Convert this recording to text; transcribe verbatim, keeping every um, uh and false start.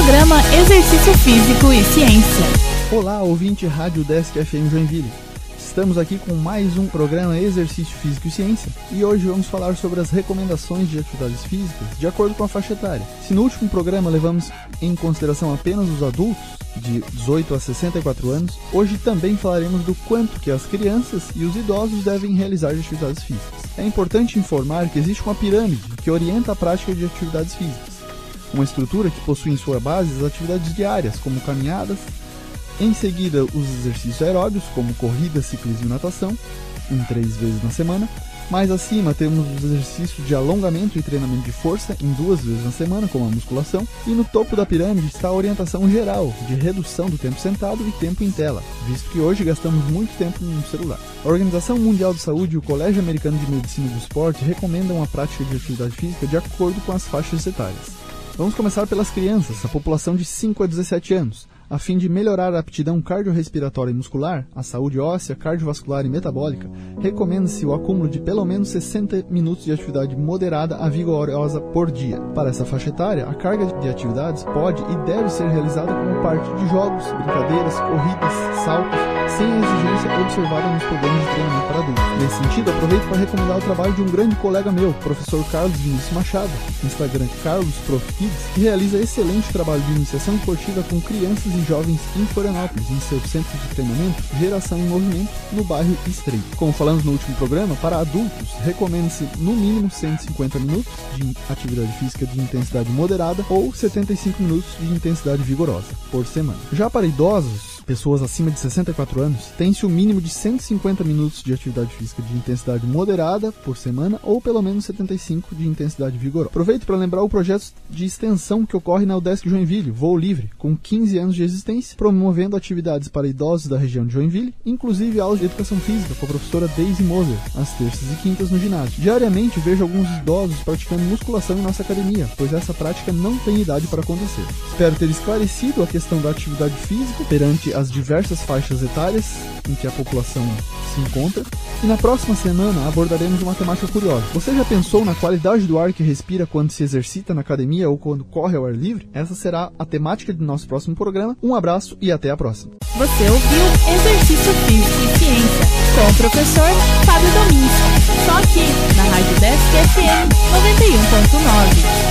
Programa Exercício Físico e Ciência. Olá, ouvinte Rádio Desk F M Joinville. Estamos aqui com mais um programa Exercício Físico e Ciência e hoje vamos falar sobre as recomendações de atividades físicas de acordo com a faixa etária. Se no último programa levamos em consideração apenas os adultos, de dezoito a sessenta e quatro anos, hoje também falaremos do quanto que as crianças e os idosos devem realizar de atividades físicas. É importante informar que existe uma pirâmide que orienta a prática de atividades físicas. Uma estrutura que possui em sua base as atividades diárias, como caminhadas, em seguida os exercícios aeróbios, como corrida, ciclismo e natação, em três vezes na semana. Mais acima temos os exercícios de alongamento e treinamento de força, em duas vezes na semana, como a musculação. E no topo da pirâmide está a orientação geral, de redução do tempo sentado e tempo em tela, visto que hoje gastamos muito tempo no celular. A Organização Mundial de Saúde e o Colégio Americano de Medicina do Esporte recomendam a prática de atividade física de acordo com as faixas etárias. Vamos começar pelas crianças, a população de cinco a dezessete anos. A fim de melhorar a aptidão cardiorrespiratória e muscular, a saúde óssea, cardiovascular e metabólica, recomenda-se o acúmulo de pelo menos sessenta minutos de atividade moderada a vigorosa por dia. Para essa faixa etária, a carga de atividades pode e deve ser realizada como parte de jogos, brincadeiras, corridas, saltos, sem a exigência observada nos programas de treinamento para adultos. Nesse sentido, aproveito para recomendar o trabalho de um grande colega meu, professor Carlos Vinícius Machado, no Instagram Carlos Prof Kids, que realiza excelente trabalho de iniciação esportiva com crianças e jovens em Florianópolis, em seu centro de treinamento Geração em Movimento, no bairro Estreito. Como falamos no último programa, para adultos, recomenda-se no mínimo cento e cinquenta minutos de atividade física de intensidade moderada ou setenta e cinco minutos de intensidade vigorosa por semana. Já para idosos, pessoas acima de sessenta e quatro anos, tem-se o mínimo de cento e cinquenta minutos de atividade física de intensidade moderada por semana ou pelo menos setenta e cinco de intensidade vigorosa. Aproveito para lembrar o projeto de extensão que ocorre na UDESC Joinville, Voo Livre, com quinze anos de existência, promovendo atividades para idosos da região de Joinville, inclusive aulas de educação física com a professora Daisy Moser, às terças e quintas no ginásio. Diariamente vejo alguns idosos praticando musculação em nossa academia, pois essa prática não tem idade para acontecer. Espero ter esclarecido a questão da atividade física perante as diversas faixas etárias em que a população se encontra, e na próxima semana abordaremos uma temática curiosa. Você já pensou na qualidade do ar que respira quando se exercita na academia ou quando corre ao ar livre? Essa será a temática do nosso próximo programa. Um abraço e até a próxima. Você ouviu Exercício Físico e Ciência com o professor Fábio Dominski, só aqui na Rádio Desk F M noventa e um ponto nove.